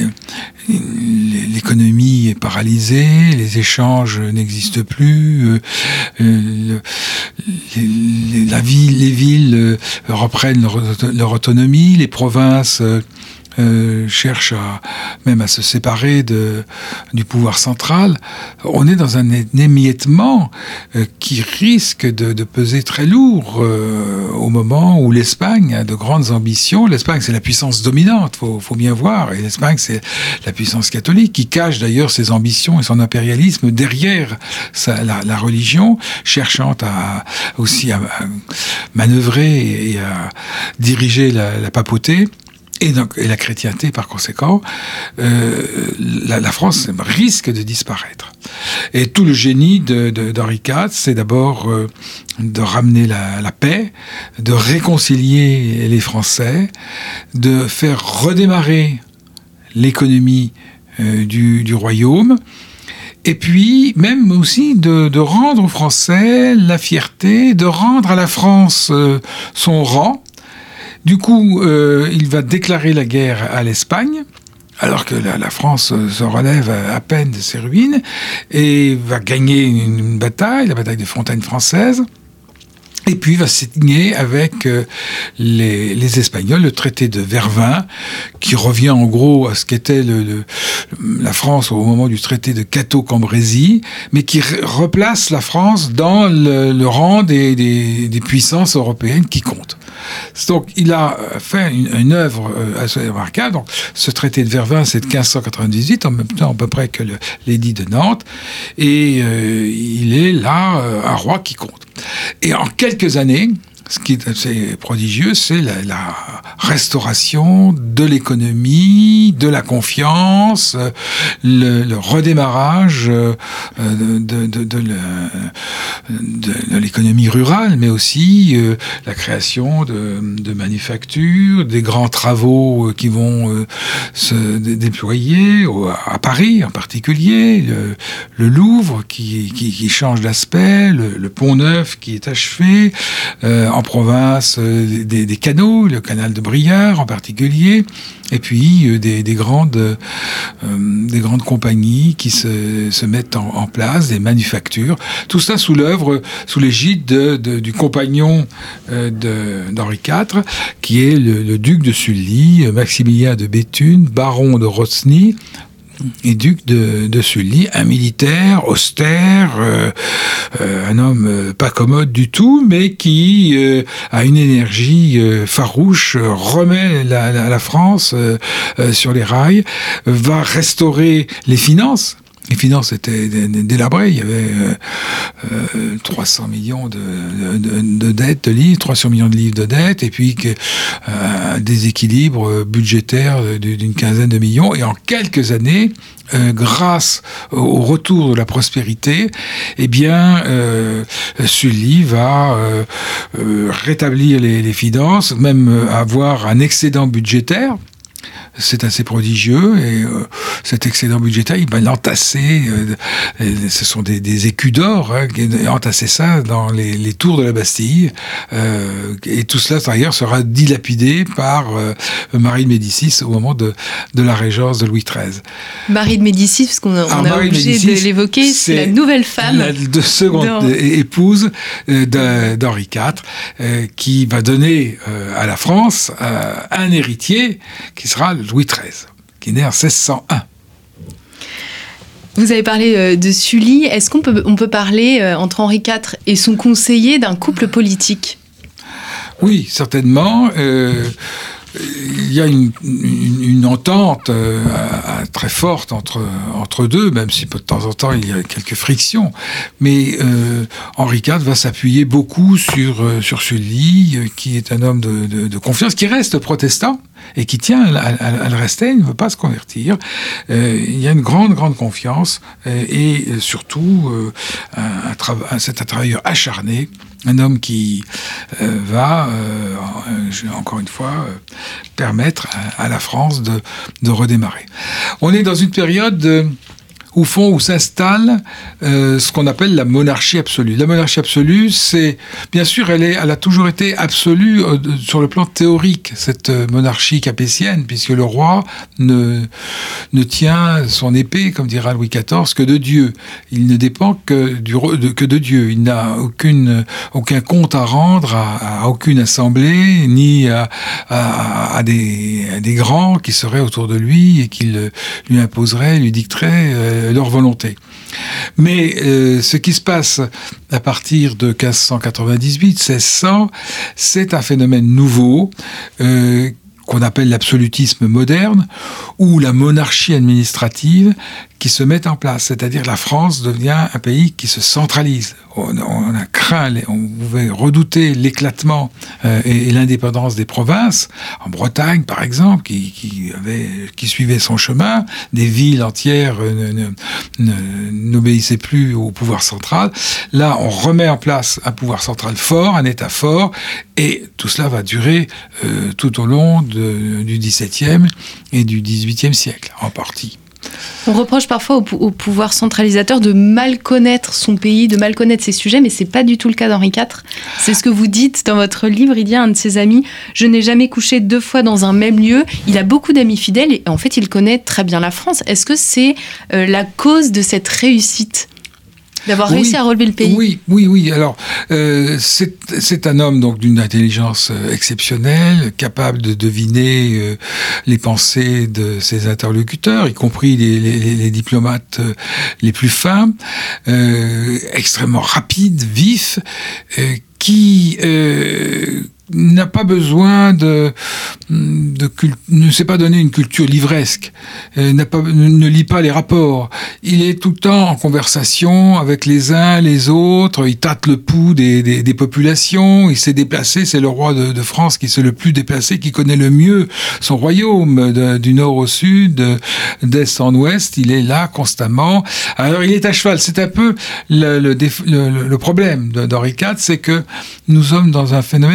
L'économie est paralysée, les échanges n'existent plus, euh, euh, les, la ville, les villes reprennent leur, leur autonomie, les provinces euh, Euh, cherche à, même à se séparer de, du pouvoir central. On est dans un émiettement euh, qui risque de, de peser très lourd euh, au moment où l'Espagne a de grandes ambitions. L'Espagne, c'est la puissance dominante, faut, faut bien voir. Et l'Espagne, c'est la puissance catholique qui cache d'ailleurs ses ambitions et son impérialisme derrière sa, la, la religion, cherchant à, aussi à, à manœuvrer et à diriger la, la papauté. Et, donc, et la chrétienté, par conséquent, euh, la, la France risque de disparaître. Et tout le génie de, de, d'Henri quatre, c'est d'abord euh, de ramener la, la paix, de réconcilier les Français, de faire redémarrer l'économie euh, du, du royaume, et puis même aussi de, de rendre aux Français la fierté, de rendre à la France euh, son rang. Du coup, euh, il va déclarer la guerre à l'Espagne, alors que la, la France se relève à, à peine de ses ruines, et va gagner une, une bataille, la bataille de Fontaine française, et puis va signer avec euh, les, les Espagnols le traité de Vervins, qui revient en gros à ce qu'était le, le, la France au moment du traité de Cateau-Cambrésis, mais qui re- replace la France dans le, le rang des, des, des puissances européennes qui comptent. Donc, il a fait une, une œuvre assez remarquable. Donc, ce traité de Vervins, c'est de quinze cent quatre-vingt-dixhuit, en même temps à peu près que le, l'édit de Nantes, et euh, il est là euh, un roi qui compte. Et en quelques années, ce qui est assez prodigieux, c'est la, la restauration de l'économie, de la confiance, le, le redémarrage euh, de, de, de, de, le, de, de l'économie rurale, mais aussi euh, la création de, de manufactures, des grands travaux qui vont euh, se dé- déployer au, à Paris en particulier, le, le Louvre qui, qui, qui change d'aspect, le, le Pont Neuf qui est achevé, euh, en province, euh, des, des canaux, le canal de Briare en particulier, et puis euh, des, des, grandes, euh, des grandes compagnies qui se, se mettent en, en place, des manufactures. Tout ça sous l'œuvre, sous l'égide de, de, du compagnon euh, de, d'Henri quatre, qui est le, le duc de Sully, Maximilien de Béthune, baron de Rosny, et duc de, de Sully, un militaire austère, euh, euh, un homme euh, pas commode du tout, mais qui euh, a une énergie euh, farouche, euh, remet la, la, la France euh, euh, sur les rails, euh, va restaurer les finances. Les finances étaient délabrées, il y avait euh, euh, trois cents millions de, de, de dettes, de livres, trois cents millions de livres de dettes, et puis que, euh, un déséquilibre budgétaire d'une quinzaine de millions. Et en quelques années, euh, grâce au retour de la prospérité, eh bien, euh, Sully va euh, euh, rétablir les, les finances, même avoir un excédent budgétaire. C'est assez prodigieux, et euh, cet excédent budgétaire, il va l'entasser, euh, ce sont des, des écus d'or, hein, et entasser ça dans les, les tours de la Bastille, euh, et tout cela d'ailleurs sera dilapidé par euh, Marie de Médicis au moment de, de la régence de Louis treize. Marie de Médicis, parce qu'on a, on a obligé de, Médicis, de l'évoquer, c'est la nouvelle femme, la de seconde dans... épouse euh, d'Henri quatre, euh, qui va donner euh, à la France euh, un héritier qui sera Louis treize, qui est né en seize cent un. Vous avez parlé de Sully. Est-ce qu'on peut, on peut parler, euh, entre Henri quatre et son conseiller, d'un couple politique ? Oui, certainement. Euh, il y a une, une, une entente euh, à, à, très forte entre, entre deux, même si de temps en temps il y a quelques frictions. Mais euh, Henri quatre va s'appuyer beaucoup sur, euh, sur Sully, euh, qui est un homme de, de, de confiance, qui reste protestant et qui tient à, à, à le rester, il ne veut pas se convertir. Euh, il y a une grande, grande confiance, euh, et surtout, euh, un, un trava- un, c'est un travailleur acharné, un homme qui euh, va, euh, encore une fois, euh, permettre à, à la France de, de redémarrer. On est dans une période de, au fond, où s'installe euh, ce qu'on appelle la monarchie absolue. La monarchie absolue, c'est, bien sûr, elle, est, elle a toujours été absolue euh, sur le plan théorique, cette euh, monarchie capétienne, puisque le roi ne, ne tient son épée, comme dira Louis quatorze, que de Dieu. Il ne dépend que, du, de, que de Dieu. Il n'a aucune, aucun compte à rendre à, à aucune assemblée, ni à, à, à, des, à des grands qui seraient autour de lui et qui le, lui imposeraient, lui dicteraient euh, leur volonté. Mais euh, ce qui se passe à partir de quinze cent quatre-vingt-dix-huit, seize cents, c'est un phénomène nouveau euh, qu'on appelle l'absolutisme moderne, ou la monarchie administrative qui se met en place. C'est-à-dire la France devient un pays qui se centralise. On, on a craint, on pouvait redouter l'éclatement euh, et, et l'indépendance des provinces. En Bretagne, par exemple, qui, qui, avait, qui suivait son chemin, des villes entières euh, ne, ne, n'obéissaient plus au pouvoir central. Là, on remet en place un pouvoir central fort, un État fort, et tout cela va durer euh, tout au long de, du dix-septième et du dix-huitième siècle, en partie. On reproche parfois au, au pouvoir centralisateur de mal connaître son pays, de mal connaître ses sujets, mais c'est pas du tout le cas d'Henri quatre. C'est ce que vous dites dans votre livre. Il dit à un de ses amis « Je n'ai jamais couché deux fois dans un même lieu ». Il a beaucoup d'amis fidèles et en fait, il connaît très bien la France. Est-ce que c'est euh, la cause de cette réussite ? D'avoir réussi oui, à relever le pays. Oui, oui, oui. Alors, euh, c'est, c'est un homme donc d'une intelligence exceptionnelle, capable de deviner euh, les pensées de ses interlocuteurs, y compris les, les, les diplomates euh, les plus fins, euh, extrêmement rapide, vif, euh, qui euh, n'a pas besoin de, de ne s'est pas donné une culture livresque, euh, n'a pas, ne lit pas les rapports. Il est tout le temps en conversation avec les uns, les autres. Il tâte le pouls des, des, des populations. Il s'est déplacé. C'est le roi de, de France qui s'est le plus déplacé, qui connaît le mieux son royaume, de, du nord au sud, d'est en ouest. Il est là constamment. Alors il est à cheval. C'est un peu le, le, le, le problème d'Henri quatre, c'est que nous sommes dans un phénomène de régression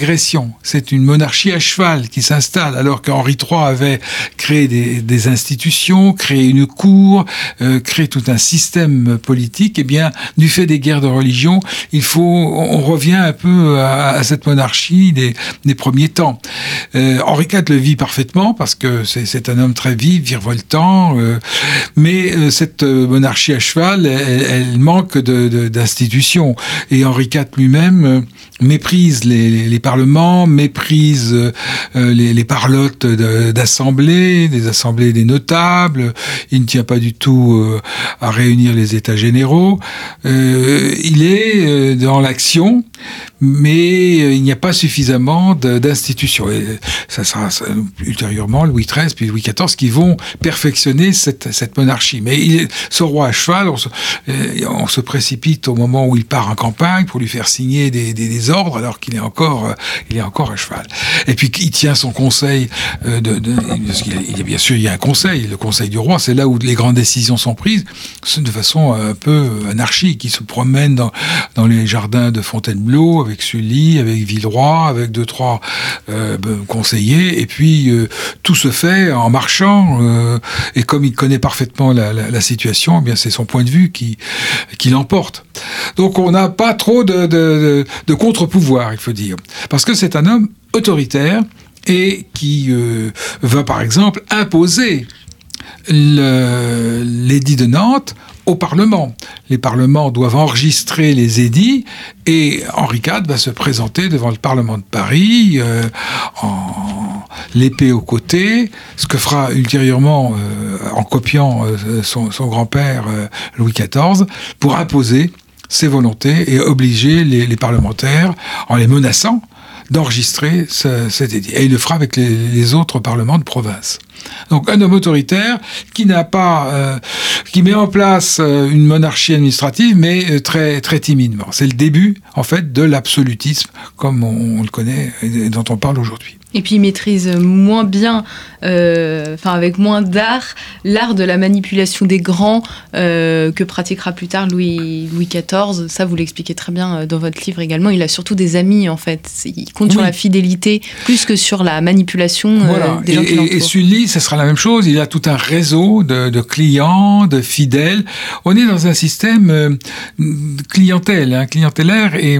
régression. C'est une monarchie à cheval qui s'installe, alors qu'Henri trois avait créé des, des institutions, créé une cour, euh, créé tout un système politique. Eh bien, du fait des guerres de religion, il faut, on revient un peu à, à cette monarchie des, des premiers temps. Euh, Henri quatre le vit parfaitement parce que c'est, c'est un homme très vif, virevoltant, euh, mais euh, cette monarchie à cheval, elle, elle manque de, de, d'institutions. Et Henri quatre lui-même euh, méprise les, les, les parlements, méprise euh, les, les parlottes de, d'assemblées, des assemblées des notables. Il ne tient pas du tout euh, à réunir les États généraux. Euh, il est euh, dans l'action, mais euh, il n'y a pas suffisamment de, d'institutions. Et ça sera ça, ultérieurement Louis treize puis Louis quatorze qui vont perfectionner cette, cette monarchie. Mais il est, ce roi à cheval, on se, euh, on se précipite au moment où il part en campagne pour lui faire signer des, des, des ordres alors qu'il est encore, euh, il est encore à cheval. Et puis il tient son conseil euh, de, de, parce qu'il il, bien sûr il y a un conseil, le conseil du roi, c'est là où les grandes décisions sont prises de façon un peu anarchique. Il se promène dans, dans les jardins de Fontainebleau avec Sully, avec Villeroy, avec deux trois euh, conseillers, et puis euh, tout se fait en marchant. Euh, et comme il connaît parfaitement la, la, la situation, eh bien c'est son point de vue qui, qui l'emporte. Donc on n'a pas trop de, de, de, de contre-pouvoir, il faut dire, parce que c'est un homme autoritaire et qui euh, va par exemple imposer le, l'édit de Nantes au Parlement. Les parlements doivent enregistrer les édits et Henri quatre va se présenter devant le Parlement de Paris euh, en l'épée au côté, ce que fera ultérieurement, euh, en copiant euh, son, son grand-père euh, Louis quatorze, pour imposer ses volontés et obliger les, les parlementaires, en les menaçant, d'enregistrer ce, cet édit. Et il le fera avec les, les autres parlements de province. Donc un homme autoritaire qui n'a pas, euh, qui met en place euh, une monarchie administrative, mais euh, très très timidement. C'est le début en fait de l'absolutisme comme on, on le connaît et dont on parle aujourd'hui. Et puis il maîtrise moins bien, euh, enfin avec moins d'art, l'art de la manipulation des grands euh, que pratiquera plus tard Louis, Louis quatorze. Ça, vous l'expliquez très bien dans votre livre également. Il a surtout des amis, en fait. Il compte oui. sur la fidélité plus que sur la manipulation voilà. euh, des gens et, qui l'entourent. Et Sully, ce sera la même chose. Il a tout un réseau de, de clients, de fidèles. On est dans un système euh, clientèle, hein, clientélaire, et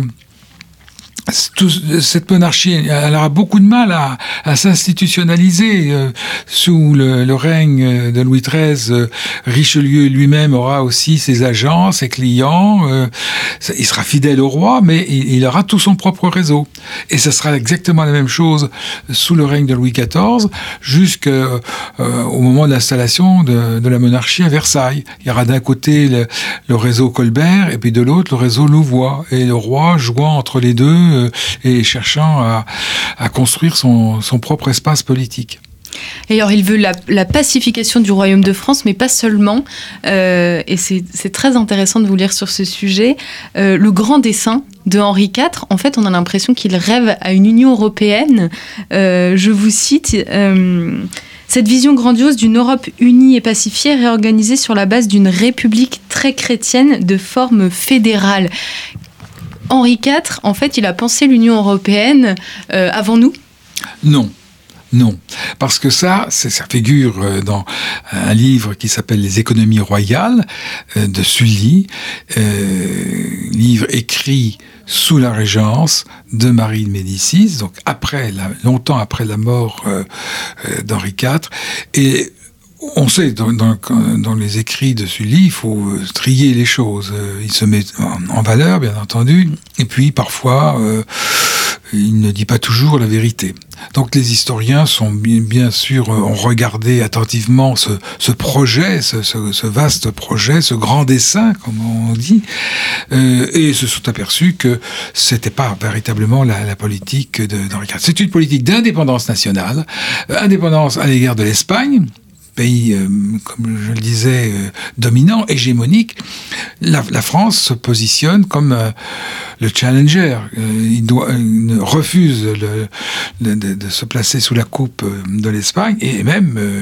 Tout, cette monarchie, elle aura beaucoup de mal à, à s'institutionnaliser. Euh, sous le, le règne de Louis treize, euh, Richelieu lui-même aura aussi ses agents, ses clients. Euh, il sera fidèle au roi, mais il, il aura tout son propre réseau. Et ce sera exactement la même chose sous le règne de Louis quatorze, jusqu'au euh, moment de l'installation de, de la monarchie à Versailles. Il y aura d'un côté le, le réseau Colbert, et puis de l'autre le réseau Louvois. Et le roi jouant entre les deux, et cherchant à, à construire son, son propre espace politique. Et alors, il veut la, la pacification du royaume de France, mais pas seulement. Euh, et c'est, c'est très intéressant de vous lire sur ce sujet. Euh, le grand dessein de Henri quatre, en fait, on a l'impression qu'il rêve à une Union européenne. Euh, je vous cite... Euh, Cette vision grandiose d'une Europe unie et pacifiée, réorganisée sur la base d'une république très chrétienne de forme fédérale. Henri quatre, en fait, il a pensé l'Union européenne euh, avant nous ? Non. Non, parce que ça, c'est, ça figure dans un livre qui s'appelle Les économies royales euh, de Sully, euh, livre écrit sous la régence de Marie de Médicis, donc après, la, longtemps après la mort euh, euh, d'Henri quatre, et on sait, dans, dans, dans les écrits de Sully, il faut trier les choses. Il se met en, en valeur, bien entendu, et puis parfois, euh, il ne dit pas toujours la vérité. Donc les historiens sont bien, bien sûr, ont regardé attentivement ce, ce projet, ce, ce, ce vaste projet, ce grand dessein, comme on dit, euh, et se sont aperçus que c'était pas véritablement la, la politique de, d'Henri quatre. C'est une politique d'indépendance nationale, euh, indépendance à l'égard de l'Espagne, pays, euh, comme je le disais, euh, dominant, hégémonique. La, la France se positionne comme euh, le challenger. Euh, il, doit, il refuse le, le, de, de se placer sous la coupe de l'Espagne, et même, euh,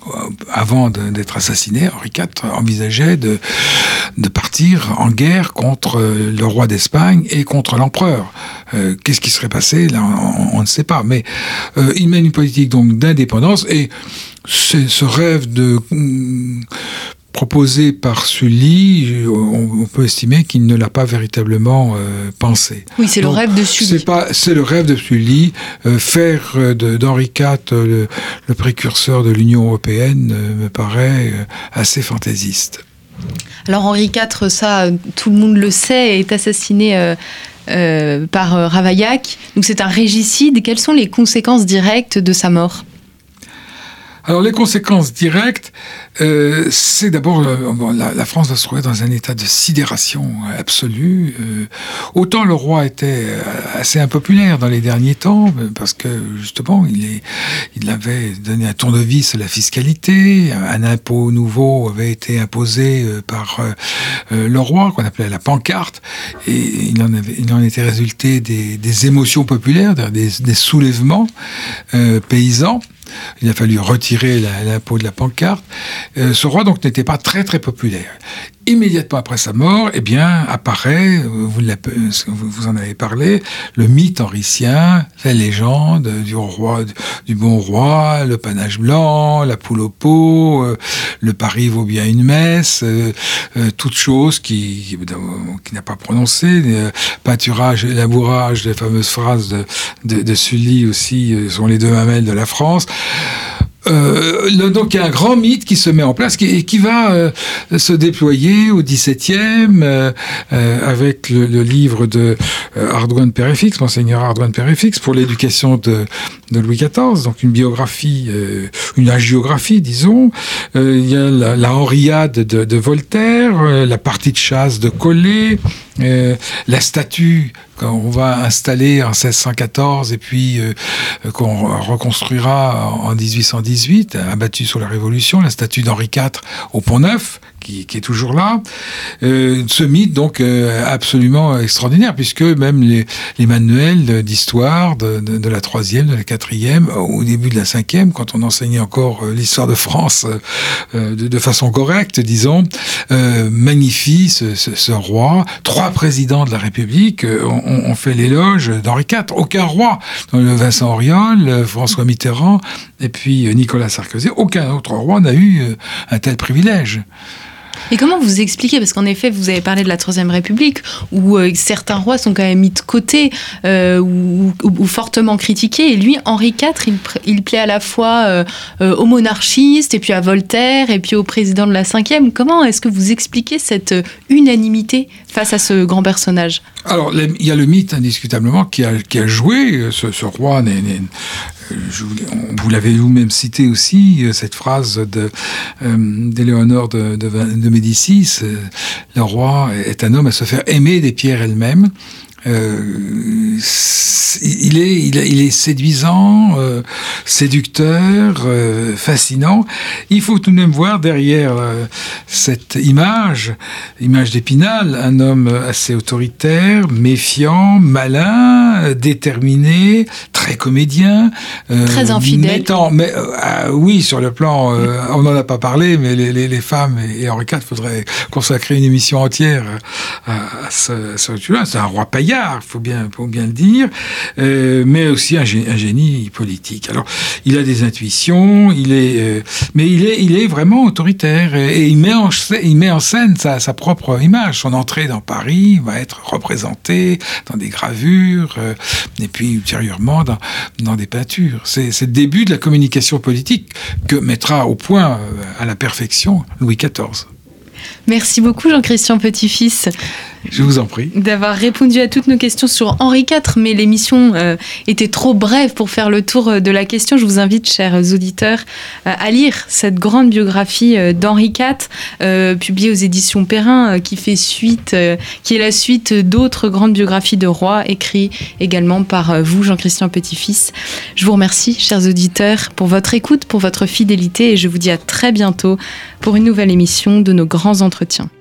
avant de, d'être assassiné, Henri quatre envisageait de, de partir en guerre contre le roi d'Espagne et contre l'empereur. Euh, qu'est-ce qui serait passé? Là, on, on ne sait pas. Mais euh, il mène une politique donc d'indépendance, et c'est ce rêve de hum, proposé par Sully, on, on peut estimer qu'il ne l'a pas véritablement euh, pensé. Oui, c'est donc, le rêve de Sully. C'est, pas, c'est le rêve de Sully. Euh, faire de, d'Henri quatre le, le précurseur de l'Union européenne euh, me paraît euh, assez fantaisiste. Alors Henri quatre, ça, tout le monde le sait, est assassiné euh, euh, par euh, Ravaillac. Donc c'est un régicide. Quelles sont les conséquences directes de sa mort ? Alors les conséquences directes, euh, c'est d'abord euh, bon, la, la France va se trouver dans un état de sidération absolue. Euh, autant le roi était assez impopulaire dans les derniers temps, parce que justement il, est, il avait donné un tournevis à la fiscalité, un impôt nouveau avait été imposé par euh, le roi, qu'on appelait la pancarte, et il en, avait, il en était résulté des, des émotions populaires, des, des soulèvements euh, paysans. Il a fallu retirer la, l'impôt de la pancarte. Euh, ce roi donc n'était pas très très populaire. Immédiatement après sa mort, eh bien apparaît, vous, vous en avez parlé, le mythe henricien, la légende du roi, du bon roi, le panache blanc, la poule au pot, euh, le Paris vaut bien une messe, euh, euh, toute chose qui, qui, qui n'a pas prononcé, euh, pâturage et labourage, les fameuses phrases de, de, de Sully aussi, euh, sont les deux mamelles de la France. Euh, le, donc il y a un grand mythe qui se met en place et qui, qui va euh, se déployer au dix-septième euh, euh, avec le, le livre de euh, Ardouin de Péréfixe, Monseigneur Ardouin de Péréfixe, pour l'éducation de, de Louis quatorze, donc une biographie, euh, une hagiographie, disons. Euh, il y a la, la Henriade de, de Voltaire, euh, la partie de chasse de Collet, euh, la statue qu'on va installer en seize cent quatorze et puis euh, qu'on reconstruira en dix-huit cent dix-huit, abattue sur la Révolution, la statue d'Henri quatre au Pont-Neuf, qui, qui est toujours là. Euh, ce mythe, donc, euh, absolument extraordinaire, puisque même les, les manuels d'histoire de, de, de la troisième, de la quatrième, au début de la cinquième, quand on enseignait encore l'histoire de France euh, de, de façon correcte, disons, euh, magnifie ce, ce, ce roi. Trois présidents de la République euh, ont, ont fait l'éloge d'Henri quatre. Aucun roi, Vincent Auriol, François Mitterrand, et puis Nicolas Sarkozy, aucun autre roi n'a eu un tel privilège. Et comment vous expliquez, parce qu'en effet, vous avez parlé de la Troisième République, où euh, certains rois sont quand même mis de côté euh, ou, ou, ou fortement critiqués, et lui, Henri quatre, il, il plaît à la fois euh, euh, aux monarchistes, et puis à Voltaire, et puis au président de la Cinquième. Comment est-ce que vous expliquez cette unanimité face à ce grand personnage ? Alors, il y a le mythe, indiscutablement, qui a, qui a joué. Ce, ce roi n'est... n'est Je vous, vous l'avez vous-même cité aussi, cette phrase de, euh, d'Éléonore de, de, de Médicis, euh, le roi est un homme à se faire aimer des pierres elles-mêmes. Euh, il, est, il, est, il est séduisant, euh, séducteur, euh, fascinant. Il faut tout de même voir derrière euh, cette image, image d'Épinal, un homme assez autoritaire, méfiant, malin, déterminé, très comédien. Euh, très infidèle. Mettant, mais, euh, oui, sur le plan, euh, on n'en a pas parlé, mais les, les, les femmes et Henri quatre, il faudrait consacrer une émission entière à, à ce, à ce truc-là. C'est un roi paillard. Il faut bien, faut bien le dire, euh, mais aussi un, gé- un génie politique. Alors, il a des intuitions, il est, euh, mais il est, il est vraiment autoritaire et, et il met en, il met en scène sa, sa propre image. Son entrée dans Paris va être représentée dans des gravures euh, et puis ultérieurement dans, dans des peintures. C'est, c'est le début de la communication politique que mettra au point euh, à la perfection Louis quatorze. Merci beaucoup Jean-Christian Petit-Fils. Je vous en prie. D'avoir répondu à toutes nos questions sur Henri quatre, mais l'émission euh, était trop brève pour faire le tour de la question. Je vous invite, chers auditeurs, euh, à lire cette grande biographie euh, d'Henri quatre, euh, publiée aux éditions Perrin, euh, qui fait suite, euh, qui est la suite d'autres grandes biographies de rois, écrites également par euh, vous, Jean-Christian Petit-Fils. Je vous remercie, chers auditeurs, pour votre écoute, pour votre fidélité, et je vous dis à très bientôt pour une nouvelle émission de nos grands entretiens.